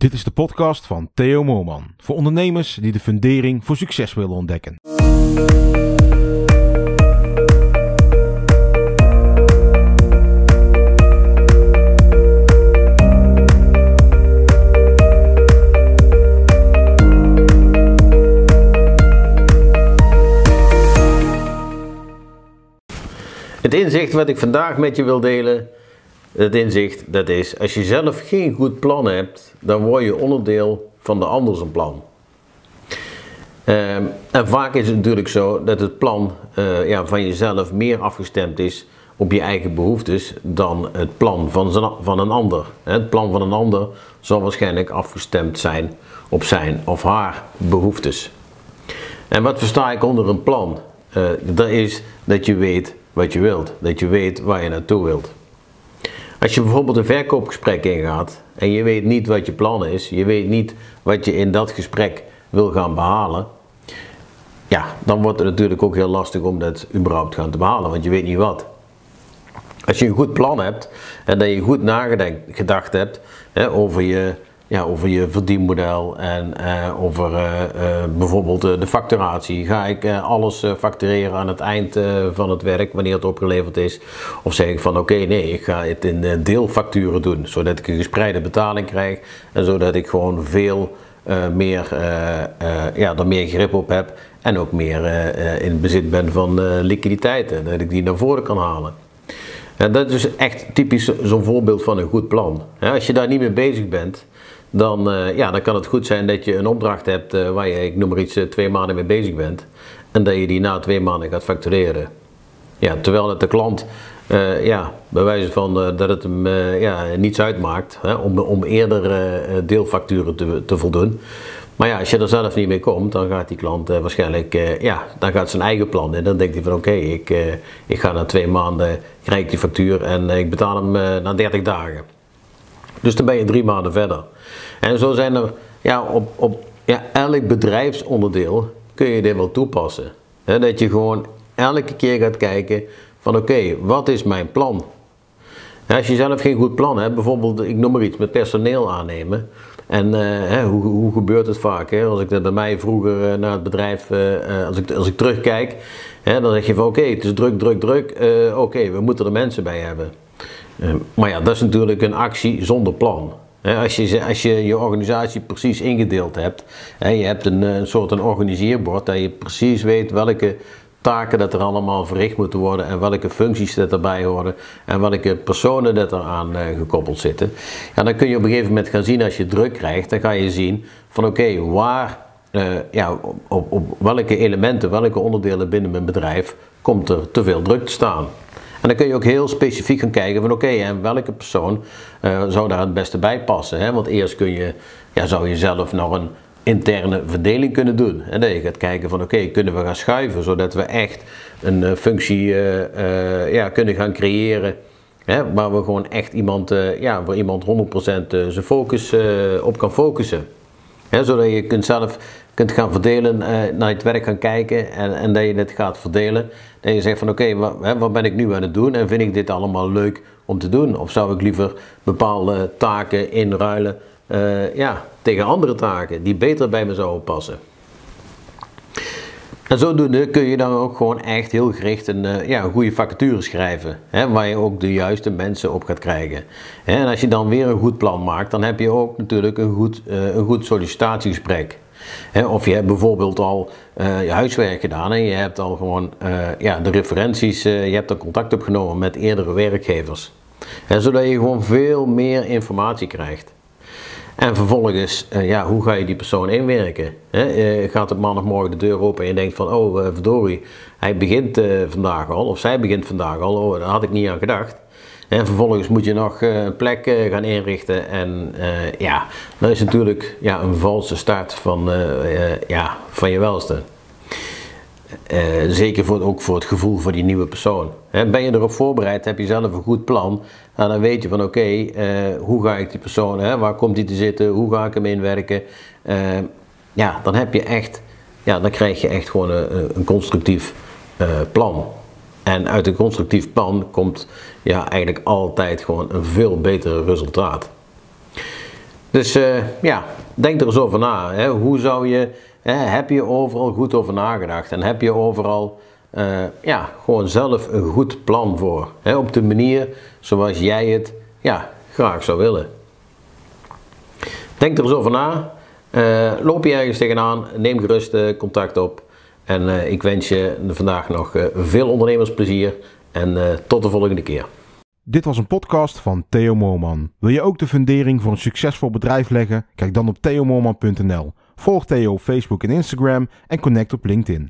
Dit is de podcast van Theo Moorman. Voor ondernemers die de fundering voor succes willen ontdekken. Het inzicht wat ik vandaag met je wil delen, het inzicht dat is, als je zelf geen goed plan hebt, dan word je onderdeel van de ander zijn plan. En vaak is het natuurlijk zo dat het plan van jezelf meer afgestemd is op je eigen behoeftes dan het plan van een ander. Het plan van een ander zal waarschijnlijk afgestemd zijn op zijn of haar behoeftes. En wat versta ik onder een plan? Dat is dat je weet wat je wilt, dat je weet waar je naartoe wilt. Als je bijvoorbeeld een verkoopgesprek ingaat en je weet niet wat je plan is, je weet niet wat je in dat gesprek wil gaan behalen, ja, dan wordt het natuurlijk ook heel lastig om dat überhaupt gaan te behalen, want je weet niet wat. Als je een goed plan hebt en dat je goed nagedacht hebt over je verdienmodel en over bijvoorbeeld de facturatie. Ga ik alles factureren aan het eind van het werk wanneer het opgeleverd is? Of zeg ik van oké, nee, ik ga het in deelfacturen doen, zodat ik een gespreide betaling krijg en zodat ik gewoon veel meer grip op heb en ook meer in bezit ben van liquiditeiten, dat ik die naar voren kan halen. En dat is echt typisch zo'n voorbeeld van een goed plan. Als je daar niet mee bezig bent, dan kan het goed zijn dat je een opdracht hebt waar je, ik noem maar iets, 2 maanden mee bezig bent. En dat je die na 2 maanden gaat factureren. Ja, terwijl het de klant, bij wijze van dat het hem niets uitmaakt om eerder deelfacturen te voldoen. Maar ja, als je er zelf niet mee komt, dan gaat die klant waarschijnlijk, dan gaat zijn eigen plan in. Dan denkt hij van oké, ik ga na 2 maanden, krijg ik die factuur en ik betaal hem na 30 dagen. Dus dan ben je 3 maanden verder. En zo zijn er, op elk bedrijfsonderdeel kun je dit wel toepassen. Dat je gewoon elke keer gaat kijken van oké, wat is mijn plan? Als je zelf geen goed plan hebt, bijvoorbeeld, ik noem maar iets, met personeel aannemen. En hoe gebeurt het vaak? Als ik dat bij mij vroeger naar het bedrijf, als ik terugkijk, dan zeg je van oké, het is druk. Oké, we moeten er mensen bij hebben. Maar ja, dat is natuurlijk een actie zonder plan. Als je je organisatie precies ingedeeld hebt, je hebt een soort organiseerbord, dat je precies weet welke taken dat er allemaal verricht moeten worden en welke functies dat erbij horen en welke personen dat eraan gekoppeld zitten. Ja, dan kun je op een gegeven moment gaan zien, als je druk krijgt, dan ga je zien van oké, op welke elementen, welke onderdelen binnen mijn bedrijf komt er te veel druk te staan. En dan kun je ook heel specifiek gaan kijken van oké, en welke persoon zou daar het beste bij passen. Want eerst zou je zelf nog een interne verdeling kunnen doen. En dat je gaat kijken van oké, kunnen we gaan schuiven zodat we echt een functie kunnen gaan creëren. Waar we gewoon echt voor iemand 100% zijn focus op kan focussen. Zodat je zelf kunt gaan verdelen, naar het werk gaan kijken en dat je het gaat verdelen. Dat je zegt van oké, wat ben ik nu aan het doen en vind ik dit allemaal leuk om te doen? Of zou ik liever bepaalde taken inruilen tegen andere taken die beter bij me zouden passen? En zodoende kun je dan ook gewoon echt heel gericht een goede vacature schrijven, waar je ook de juiste mensen op gaat krijgen. En als je dan weer een goed plan maakt, dan heb je ook natuurlijk een goed sollicitatiegesprek. Of je hebt bijvoorbeeld al je huiswerk gedaan en je hebt al gewoon de referenties, je hebt er contact opgenomen met eerdere werkgevers. Zodat je gewoon veel meer informatie krijgt. En vervolgens, hoe ga je die persoon inwerken? Gaat het maandagmorgen de deur open en je denkt van verdorie, hij begint vandaag al, of zij begint vandaag al, daar had ik niet aan gedacht. En vervolgens moet je nog een plek gaan inrichten en dat is natuurlijk een valse start van je welste. Zeker ook voor het gevoel voor die nieuwe persoon. Ben je erop voorbereid, heb je zelf een goed plan, dan weet je van oké, hoe ga ik die persoon, waar komt die te zitten, hoe ga ik hem inwerken. Dan heb je echt, dan krijg je echt gewoon een constructief plan. En uit een constructief plan komt eigenlijk altijd gewoon een veel beter resultaat. Dus denk er eens over na. Hè. Hoe zou je, heb je overal goed over nagedacht? En heb je overal gewoon zelf een goed plan voor? Hè, op de manier zoals jij het graag zou willen. Denk er eens over na. Loop je ergens tegenaan, neem gerust contact op. En ik wens je vandaag nog veel ondernemersplezier. En tot de volgende keer. Dit was een podcast van Theo Moorman. Wil je ook de fundering voor een succesvol bedrijf leggen? Kijk dan op theomoorman.nl. Volg Theo op Facebook en Instagram en connect op LinkedIn.